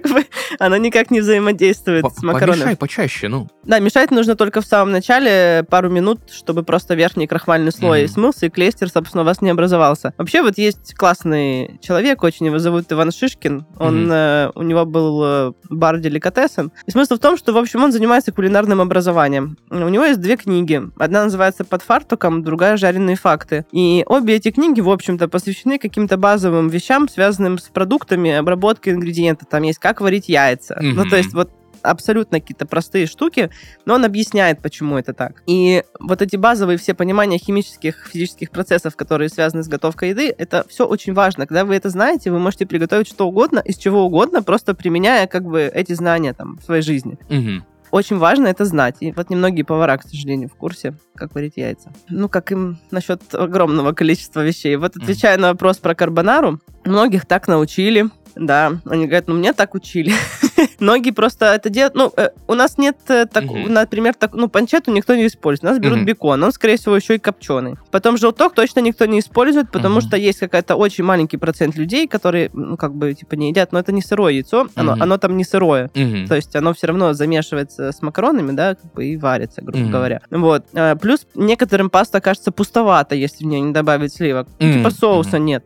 S3: бы оно никак не взаимодействует с макаронами.
S2: Помешай почаще, ну.
S3: Да, мешать нужно только в самом начале пару минут, чтобы просто верхний крахмальный слой mm-hmm. смылся, и клейстер, собственно, у вас не образовался. Вообще вот есть классный человек, очень его зовут Иван Шишкин. Он, mm-hmm. э, у него был э, бар «Деликатесен». И смысл в том, что, в общем, он занимается кулинарным образованием. У него есть две книги. Одна называется «Под фартуком», другая «Жареные факты». И обе эти книги, в общем-то, посвящены каким-то базовым вещам, связанным с продуктами, обработкой ингредиентов. Там есть «Как варить яйца». Mm-hmm. Ну, то есть вот абсолютно какие-то простые штуки, но он объясняет, почему это так. И вот эти базовые все понимания химических, физических процессов, которые связаны с готовкой еды, это все очень важно. Когда вы это знаете, вы можете приготовить что угодно, из чего угодно, просто применяя как бы эти знания там в своей жизни.
S2: Угу.
S3: Очень важно это знать. И вот немногие повара, к сожалению, в курсе, как варить яйца. Ну, как им насчет огромного количества вещей. Вот отвечая на вопрос про карбонару, многих так научили. Да, они говорят, ну, меня так учили. Многие просто это делают... Ну, э, у нас нет, э, так, uh-huh. например, так, ну, панчетту никто не использует. У нас берут uh-huh. бекон, он, скорее всего, еще и копченый. Потом желток точно никто не использует, потому uh-huh. что есть какая-то очень маленький процент людей, которые, ну, как бы, типа, не едят, но это не сырое яйцо, оно, uh-huh. оно там не сырое. Uh-huh. То есть оно все равно замешивается с макаронами, да, как бы, и варится, грубо uh-huh. говоря. Вот. А, плюс некоторым паста кажется пустовата, если в нее не добавить сливок. Uh-huh. Типа соуса uh-huh. нет.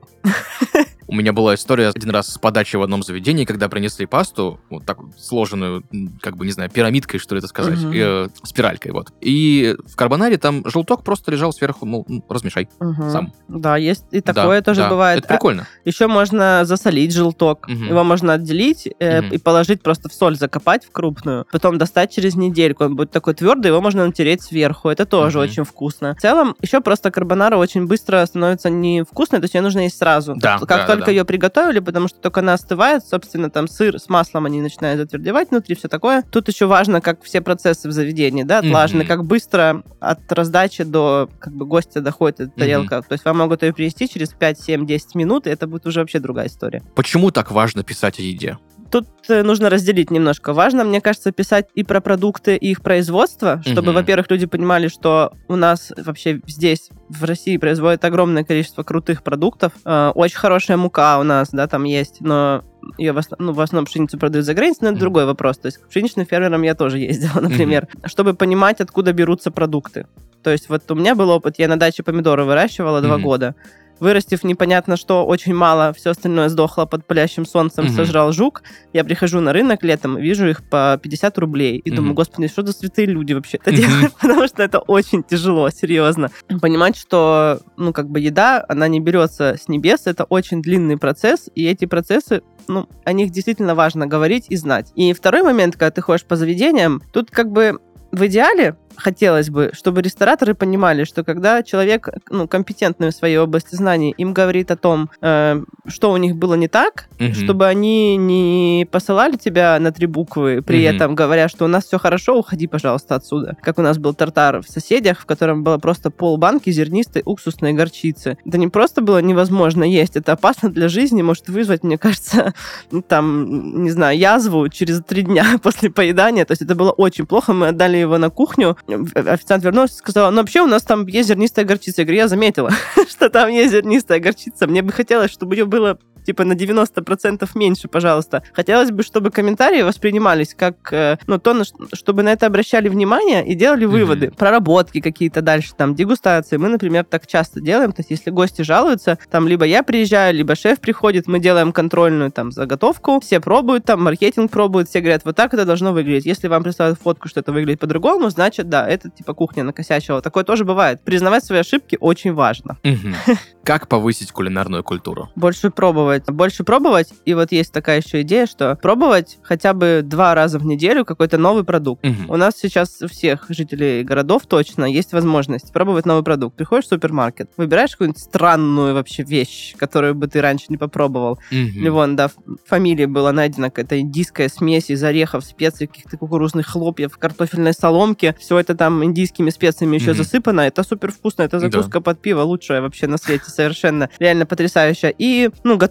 S2: У меня была история один раз с подачей в одном заведении, когда принесли пасту, вот так сложенную, как бы, не знаю, пирамидкой, что ли это сказать, uh-huh. э, спиралькой, вот. И в карбонаре там желток просто лежал сверху, мол, размешай uh-huh. сам.
S3: Да, есть и такое да, тоже
S2: да.
S3: бывает.
S2: Это прикольно.
S3: А еще можно засолить желток. Uh-huh. Его можно отделить э, uh-huh. и положить просто в соль, закопать в крупную, потом достать через недельку. Он будет такой твердый, его можно натереть сверху. Это тоже uh-huh. очень вкусно. В целом, еще просто карбонара очень быстро становится невкусной, то есть ее нужно есть сразу.
S2: Да,
S3: как
S2: да,
S3: только
S2: да.
S3: ее приготовили, потому что только она остывает, собственно, там сыр с маслом, они начинают затвердевать внутри, все такое. Тут еще важно, как все процессы в заведении, да, отлажены, mm-hmm. как быстро от раздачи до, как бы, гостя доходит эта тарелка. Mm-hmm. То есть вам могут ее принести через пять, семь, десять минут, и это будет уже вообще другая история.
S2: Почему так важно писать о еде?
S3: Тут нужно разделить немножко. Важно, мне кажется, писать и про продукты, и их производство, чтобы, mm-hmm. во-первых, люди понимали, что у нас вообще здесь, в России, производят огромное количество крутых продуктов. Э, очень хорошая мука у нас, да, там есть, но ее в основном, ну, в основном пшеницу продают за границей, но это mm-hmm. другой вопрос. То есть к пшеничным фермерам я тоже ездила, например, mm-hmm. чтобы понимать, откуда берутся продукты. То есть вот у меня был опыт, я на даче помидоры выращивала mm-hmm. два года. Вырастив непонятно что, очень мало, все остальное сдохло под палящим солнцем, mm-hmm. сожрал жук. Я прихожу на рынок летом, вижу их по пятьдесят рублей. И mm-hmm. думаю, господи, что за святые люди вообще это mm-hmm. делают? Потому что это очень тяжело, серьезно. Понимать, что, ну, как бы еда, она не берется с небес, это очень длинный процесс, и эти процессы, ну, о них действительно важно говорить и знать. И второй момент, когда ты ходишь по заведениям, тут как бы в идеале хотелось бы, чтобы рестораторы понимали, что когда человек, ну, компетентный в своей области знаний, им говорит о том, э, что у них было не так, mm-hmm. чтобы они не посылали тебя на три буквы, при mm-hmm. этом говоря, что у нас все хорошо, уходи, пожалуйста, отсюда. Как у нас был тартар в соседях, в котором было просто полбанки зернистой уксусной горчицы. Это не просто было невозможно есть, это опасно для жизни, может вызвать, мне кажется, там, не знаю, язву через три дня после поедания. То есть это было очень плохо, мы отдали его на кухню. Официант вернулся и сказал, ну, вообще у нас там есть зернистая горчица. Я говорю, я заметила, что там есть зернистая горчица. Мне бы хотелось, чтобы ее было типа на девяносто процентов меньше, пожалуйста. Хотелось бы, чтобы комментарии воспринимались как, ну, то, чтобы на это обращали внимание и делали выводы. Mm-hmm. Проработки какие-то дальше, там, дегустации. Мы, например, так часто делаем, то есть если гости жалуются, там, либо я приезжаю, либо шеф приходит, мы делаем контрольную, там, заготовку, все пробуют, там, маркетинг пробует, все говорят, вот так это должно выглядеть. Если вам присылают фотку, что это выглядит по-другому, значит, да, это, типа, кухня накосячила. Такое тоже бывает. Признавать свои ошибки очень важно.
S2: Mm-hmm. Как повысить кулинарную культуру?
S3: Больше пробовать. Больше пробовать, и вот есть такая еще идея, что пробовать хотя бы два раза в неделю какой-то новый продукт. Угу. У нас сейчас у всех жителей городов точно есть возможность пробовать новый продукт. Приходишь в супермаркет, выбираешь какую-нибудь странную вообще вещь, которую бы ты раньше не попробовал. Угу. Или вон, да, в фамилии была найдена какая-то индийская смесь из орехов, специй, каких-то кукурузных хлопьев, картофельной соломки. Все это там индийскими специями еще угу. засыпано. Это супер вкусно, это закуска да. под пиво, лучшая вообще на свете совершенно. Реально потрясающая. И, ну, готовить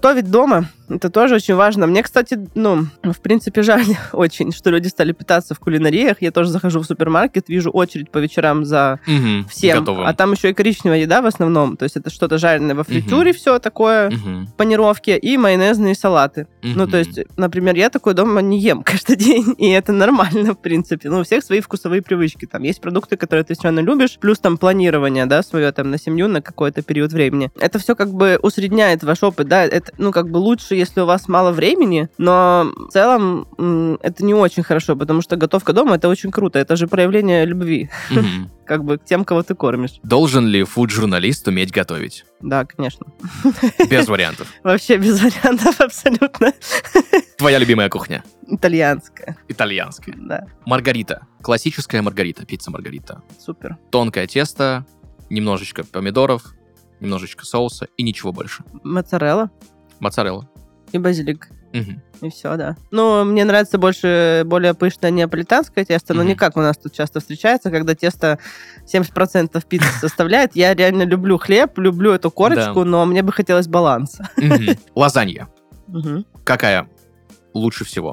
S3: готовить дома, это тоже очень важно. Мне, кстати, ну, в принципе, жаль очень, что люди стали питаться в кулинариях. Я тоже захожу в супермаркет, вижу очередь по вечерам за
S2: угу,
S3: всем.
S2: готовым.
S3: А там еще и коричневая еда в основном. То есть это что-то жареное во фритюре, угу. все такое, угу. панировки, и майонезные салаты. Угу. Ну, то есть, например, я такое дома не ем каждый день, и это нормально, в принципе. Ну, у всех свои вкусовые привычки. Там есть продукты, которые ты все равно любишь, плюс там планирование, да, свое там на семью на какой-то период времени. Это все как бы усредняет ваш опыт, да, это, ну, как бы лучше, если у вас мало времени, но в целом м- это не очень хорошо, потому что готовка дома — это очень круто, это же проявление любви, mm-hmm. как бы к тем, кого ты кормишь.
S2: Должен ли фуд-журналист уметь готовить?
S3: Да, конечно.
S2: Без вариантов?
S3: Вообще без вариантов, абсолютно.
S2: Твоя любимая кухня?
S3: Итальянская.
S2: Итальянская.
S3: Да.
S2: Маргарита. Классическая маргарита, пицца маргарита.
S3: Супер.
S2: Тонкое тесто, немножечко помидоров, немножечко соуса и ничего больше.
S3: Моцарелла.
S2: Моцарелла.
S3: И базилик.
S2: Угу.
S3: И все, да. Ну, мне нравится больше более пышное неаполитанское тесто, но mm-hmm. не как у нас тут часто встречается, когда тесто семьдесят процентов пиццы составляет. Я реально люблю хлеб, люблю эту корочку, но мне бы хотелось баланса.
S2: Лазанья. Какая лучше всего?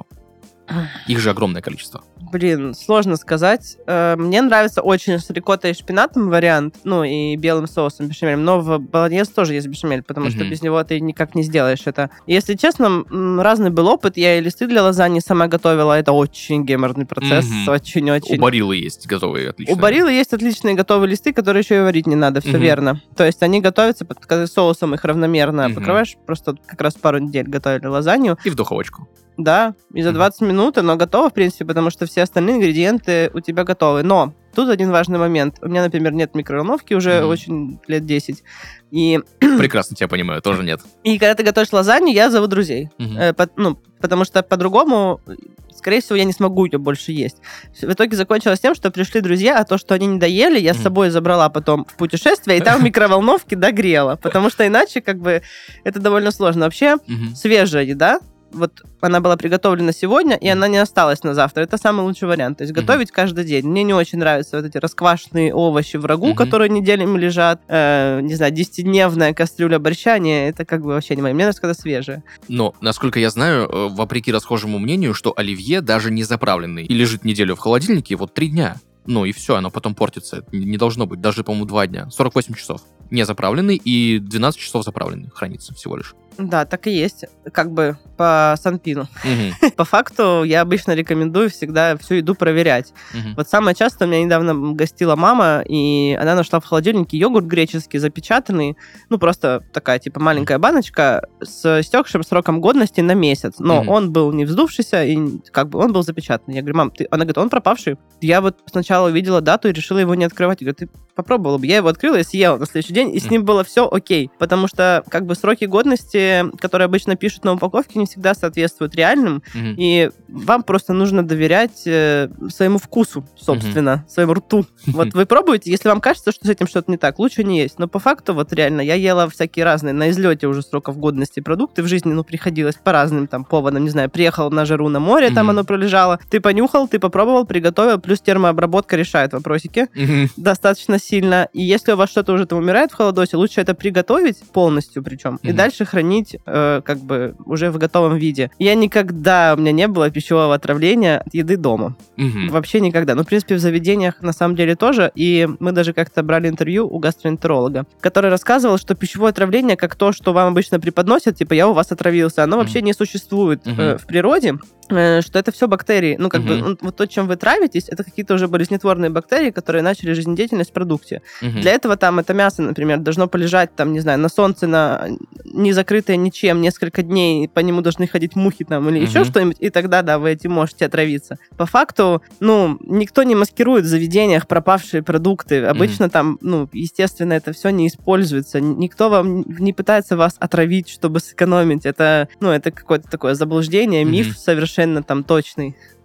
S2: Их же огромное количество.
S3: Блин, сложно сказать. Мне нравится очень с рикоттой и шпинатом вариант, ну и белым соусом бешамель. Но в болоньезе тоже есть бешамель, потому mm-hmm. что без него ты никак не сделаешь это. Если честно, разный был опыт. Я и листы для лазаньи сама готовила. Это очень геморный процесс. Mm-hmm. Очень-очень.
S2: У Бариллы есть готовые отличные.
S3: У Бариллы есть отличные готовые листы, которые еще и варить не надо. Все mm-hmm. верно. То есть они готовятся, когда соусом их равномерно mm-hmm. покрываешь. Просто как раз пару недель готовили лазанью.
S2: И в духовочку.
S3: Да, и за двадцать mm-hmm. минут оно готово, в принципе, потому что все остальные ингредиенты у тебя готовы. Но тут один важный момент. У меня, например, нет микроволновки уже mm-hmm. очень лет десять. И...
S2: Прекрасно тебя понимаю, тоже нет.
S3: И когда ты готовишь лазанью, я зову друзей. Mm-hmm. Э, по, ну, потому что по-другому, скорее всего, я не смогу ее больше есть. В итоге закончилось тем, что пришли друзья, а то, что они не доели, я mm-hmm. с собой забрала потом в путешествие, и там в микроволновке догрела. Потому что иначе, как бы, это довольно сложно. Вообще, mm-hmm. свежая еда, вот она была приготовлена сегодня, и она не осталась на завтра. Это самый лучший вариант. То есть готовить mm-hmm. каждый день. Мне не очень нравятся вот эти расквашенные овощи в рагу, mm-hmm. которые неделями лежат. Э, не знаю, десятидневная кастрюля борща. Не, это как бы вообще не мое. Мне нравится, когда свежее.
S2: Но, насколько я знаю, вопреки расхожему мнению, что оливье даже не заправленный и лежит неделю в холодильнике, вот три дня. Ну и все, оно потом портится. Не должно быть. Даже, по-моему, два дня. сорок восемь часов. Не заправленный и двенадцать часов заправленный хранится всего лишь.
S3: Да, так и есть. Как бы по Санпину.
S2: Угу.
S3: По факту я обычно рекомендую всегда всю еду проверять. Угу. Вот самое часто у меня недавно гостила мама, и она нашла в холодильнике йогурт греческий запечатанный. Ну, просто такая, типа, маленькая баночка с истекшим сроком годности на месяц. Но угу. он был не вздувшийся, и как бы он был запечатанный. Я говорю, мам, ты... она говорит, он пропавший. Я вот сначала увидела дату и решила его не открывать. Я говорю, ты попробовала бы. Я его открыла и съела на следующий день, и с ним было все окей. Потому что, как бы, сроки годности, которые обычно пишут на упаковке, не всегда соответствуют реальным, mm-hmm. и вам просто нужно доверять э, своему вкусу, собственно, mm-hmm. своему рту. Mm-hmm. Вот вы пробуете, если вам кажется, что с этим что-то не так, лучше не есть. Но по факту, вот реально, я ела всякие разные на излете уже сроков годности продукты в жизни, ну, приходилось по разным там поводам, не знаю, приехал на жару на море, mm-hmm. там оно пролежало, ты понюхал, ты попробовал, приготовил, плюс термообработка решает вопросики mm-hmm. достаточно сильно. И если у вас что-то уже там умирает в холодосе, лучше это приготовить полностью причем, mm-hmm. и дальше хранить э, как бы уже в готовом виде. Я никогда, у меня не было пищевого отравления от еды дома. Mm-hmm. Вообще никогда. Ну, в принципе, в заведениях на самом деле тоже. И мы даже как-то брали интервью у гастроэнтеролога, который рассказывал, что пищевое отравление, как то, что вам обычно преподносят, типа, я у вас отравился, оно mm-hmm. вообще не существует mm-hmm. э, в природе. Что это все бактерии. Ну, как uh-huh. бы, вот то, чем вы травитесь, это какие-то уже болезнетворные бактерии, которые начали жизнедеятельность в продукте. Uh-huh. Для этого там это мясо, например, должно полежать, там, не знаю, на солнце, на не закрытое ничем несколько дней, по нему должны ходить мухи там или uh-huh. еще что-нибудь, и тогда, да, вы этим можете отравиться. По факту, ну, никто не маскирует в заведениях пропавшие продукты. Обычно uh-huh. там, ну, естественно, это все не используется. Никто вам не пытается вас отравить, чтобы сэкономить. Это, ну, это какое-то такое заблуждение, uh-huh. миф совершенно совершенно там точный.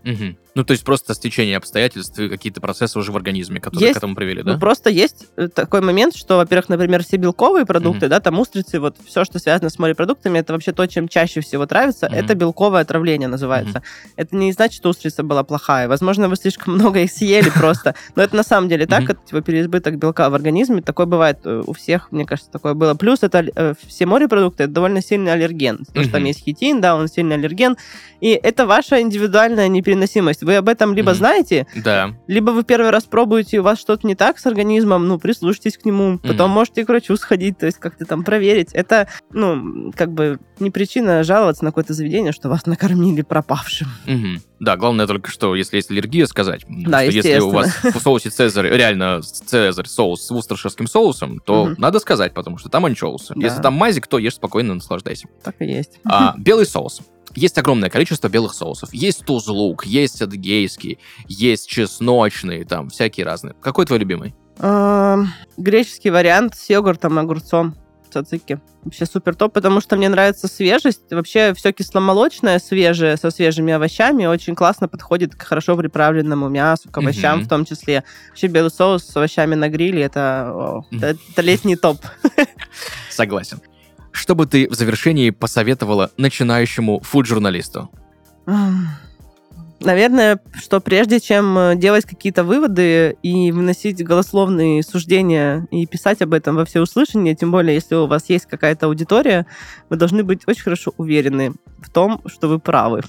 S2: Угу. Ну, то есть просто стечение обстоятельств и какие-то процессы уже в организме, которые
S3: есть,
S2: к этому привели, да?
S3: Ну, просто есть такой момент, что, во-первых, например, все белковые продукты, mm-hmm. да, там устрицы, вот все, что связано с морепродуктами, это вообще то, чем чаще всего травится, mm-hmm. это белковое отравление называется. Mm-hmm. Это не значит, что устрица была плохая. Возможно, вы слишком много их съели просто, но это на самом деле так, mm-hmm. типа переизбыток белка в организме, такое бывает у всех, мне кажется, такое было. Плюс это все морепродукты, это довольно сильный аллерген, потому mm-hmm. что там есть хитин, да, он сильный аллерген, и это ваша индивидуальная непереносимость. Вы об этом либо mm-hmm. знаете,
S2: да.
S3: либо вы первый раз пробуете, у вас что-то не так с организмом, ну, прислушайтесь к нему, потом mm-hmm. можете к врачу сходить, то есть как-то там проверить. Это, ну, как бы не причина жаловаться на какое-то заведение, что вас накормили пропавшим.
S2: Mm-hmm. Да, главное только, что если есть аллергия, сказать,
S3: да,
S2: что если у вас в соусе Цезарь, реально Цезарь соус с вустерширским соусом, то mm-hmm. надо сказать, потому что там анчоусы. Да. Если там мазик, то ешь спокойно, наслаждайся.
S3: Так и есть.
S2: А, белый соус. Есть огромное количество белых соусов. Есть туз-лук, есть адыгейский, есть чесночный, там всякие разные. Какой твой любимый?
S3: Греческий вариант с йогуртом и огурцом. Цацики. Вообще супер топ, потому что мне нравится свежесть. Вообще все кисломолочное, свежее, со свежими овощами очень классно подходит к хорошо приправленному мясу, к овощам mm-hmm. в том числе. Вообще белый соус с овощами на гриле, это, о, mm-hmm. это, это летний топ.
S2: Согласен. Что бы ты в завершении посоветовала начинающему фуд-журналисту?
S3: Наверное, что прежде чем делать какие-то выводы и выносить голословные суждения и писать об этом во всеуслышание, тем более, если у вас есть какая-то аудитория, вы должны быть очень хорошо уверены в том, что вы правы.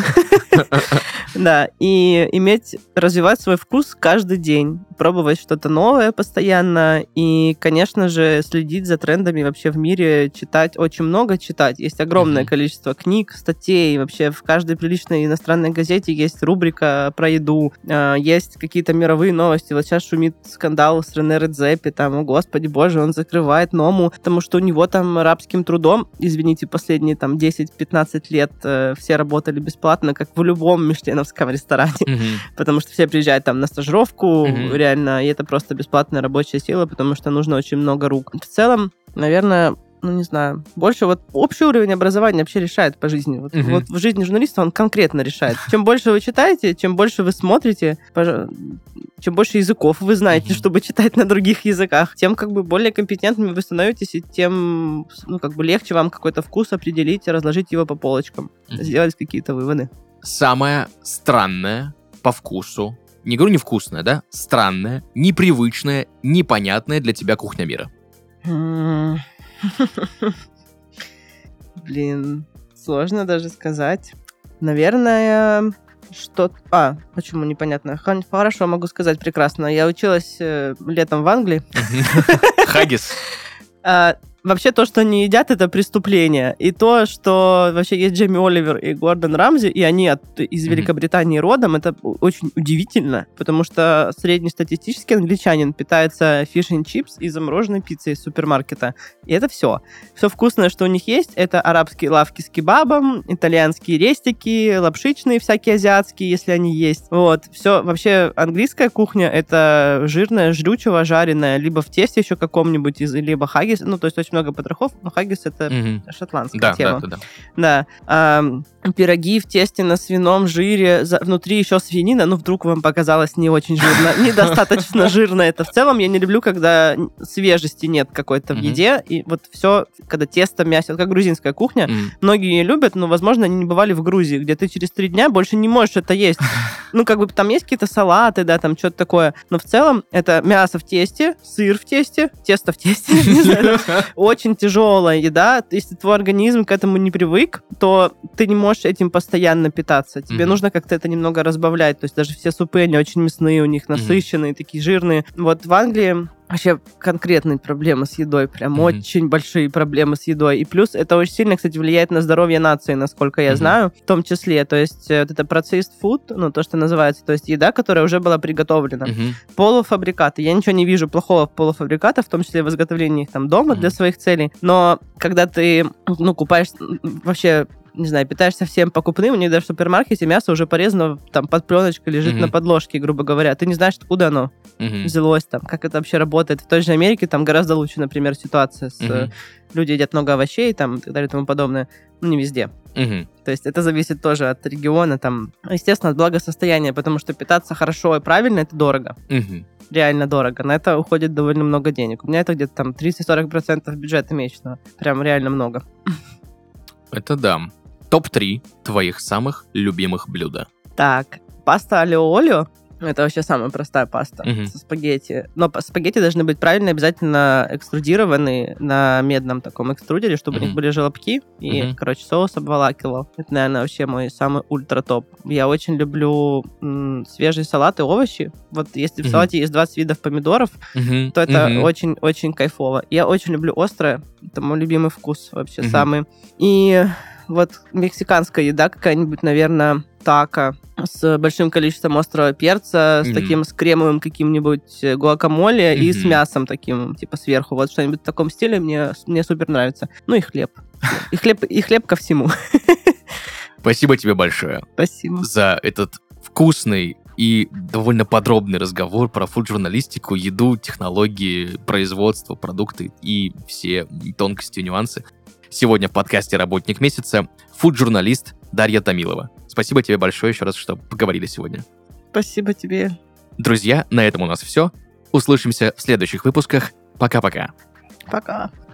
S3: Да, и иметь, развивать свой вкус каждый день, пробовать что-то новое постоянно и, конечно же, следить за трендами вообще в мире, читать, очень много читать. Есть огромное mm-hmm. количество книг, статей, вообще в каждой приличной иностранной газете есть рубрика про еду, есть какие-то мировые новости. Вот сейчас шумит скандал с Рене Редзепи, там, о господи боже, он закрывает Ному, потому что у него там рабским трудом, извините, последние там десять-пятнадцать лет все работали бесплатно, как в любом мишленовском ресторане, mm-hmm. потому что все приезжают там на стажировку, mm-hmm. реально, и это просто бесплатная рабочая сила, потому что нужно очень много рук. В целом, наверное, ну, не знаю, больше вот общий уровень образования вообще решает по жизни. Вот, mm-hmm. вот в жизни журналиста он конкретно решает. Чем больше вы читаете, чем больше вы смотрите, чем больше языков вы знаете, mm-hmm. чтобы читать на других языках, тем как бы более компетентными вы становитесь, и тем, ну, как бы легче вам какой-то вкус определить, разложить его по полочкам, mm-hmm. сделать какие-то выводы.
S2: Самое странное по вкусу, не говорю невкусное, да, странное, непривычное, непонятное для тебя кухня мира.
S3: Блин, сложно даже сказать. Наверное, что... А, почему непонятно? Хорошо, могу сказать прекрасно. Я училась э, летом в Англии.
S2: Хаггис.
S3: Вообще то, что они едят, это преступление. И то, что вообще есть Джейми Оливер и Гордон Рамзи, и они от, из Великобритании родом, это очень удивительно, потому что среднестатистический англичанин питается фиш энд чипс и замороженной пиццей из супермаркета. И это все. Все вкусное, что у них есть, это арабские лавки с кебабом, итальянские рестики, лапшичные всякие азиатские, если они есть. Вот. Все. Вообще английская кухня — это жирная, жрючего, жареная, либо в тесте еще каком-нибудь, либо хаггис, ну, то есть очень много потрохов, но хаггис — это mm-hmm. шотландская
S2: да,
S3: тема.
S2: Да, да, да.
S3: Да. А, пироги в тесте на свином жире, за, внутри еще свинина, ну, вдруг вам показалось не очень жирно, недостаточно жирно. Это в целом я не люблю, когда свежести нет какой-то в еде, и вот все, когда тесто, мясо, как грузинская кухня, многие любят, но, возможно, они не бывали в Грузии, где ты через три дня больше не можешь это есть. Ну, как бы там есть какие-то салаты, да, там что-то такое, но в целом это мясо в тесте, сыр в тесте, тесто в тесте, не знаю, очень тяжелая еда. Если твой организм к этому не привык, то ты не можешь этим постоянно питаться. Тебе mm-hmm. нужно как-то это немного разбавлять. То есть даже все супы, они очень мясные, у них насыщенные, mm-hmm. такие жирные. Вот в Англии вообще конкретные проблемы с едой, прям mm-hmm. очень большие проблемы с едой. И плюс это очень сильно, кстати, влияет на здоровье нации, насколько я mm-hmm. знаю, в том числе. То есть вот это processed food, ну, то, что называется, то есть еда, которая уже была приготовлена. Mm-hmm. Полуфабрикаты. Я ничего не вижу плохого в полуфабрикатах, в том числе в изготовлении их там дома mm-hmm. для своих целей. Но когда ты, ну, купаешь вообще... не знаю, питаешься всем покупным, у них даже в супермаркете мясо уже порезано, там, под пленочкой лежит mm-hmm. на подложке, грубо говоря. Ты не знаешь, откуда оно mm-hmm. взялось, там, как это вообще работает. В той же Америке там гораздо лучше, например, ситуация с... Mm-hmm. Люди едят много овощей, там, и так далее, и тому подобное. Ну, не везде.
S2: Угу.
S3: То есть это зависит тоже от региона, там, естественно, от благосостояния, потому что питаться хорошо и правильно — это дорого.
S2: Угу.
S3: Реально дорого. На это уходит довольно много денег. У меня это где-то там тридцать-сорок процентов бюджета месячного. Прям реально много.
S2: Это да. топ три твоих самых любимых блюда.
S3: Так, паста алио-олио. Это вообще самая простая паста
S2: Мгм.
S3: со спагетти. Но па- спагетти должны быть правильно, обязательно экструдированные на медном таком экструдере, чтобы у
S2: Мгм.
S3: них были желобки. И,
S2: Мгм.
S3: короче, соус обволакивал. Это, наверное, вообще мой самый ультра-топ. Я очень люблю м, свежие салаты, овощи. Вот если в
S2: Мгм.
S3: салате есть двадцать видов помидоров,
S2: Мгм.
S3: то это
S2: Мгм.
S3: очень-очень кайфово. Я очень люблю острое. Это мой любимый вкус вообще
S2: Мгм.
S3: самый. И вот мексиканская еда какая-нибудь, наверное, тако с большим количеством острого перца, с
S2: Мгм.
S3: таким, с кремовым каким-нибудь э, гуакамоле и с
S2: Мгм.
S3: мясом таким, типа, сверху. Вот что-нибудь в таком стиле мне, мне супер нравится. Ну и хлеб. И хлеб, и хлеб ко всему.
S2: Спасибо тебе большое
S3: Спасибо.
S2: за этот вкусный и довольно подробный разговор про фуд-журналистику, еду, технологии, производство, продукты и все тонкости и нюансы. Сегодня в подкасте «Работник месяца» фуд-журналист Дарья Томилова. Спасибо тебе большое еще раз, что поговорили сегодня.
S3: Спасибо тебе.
S2: Друзья, на этом у нас все. Услышимся в следующих выпусках. Пока-пока.
S3: Пока.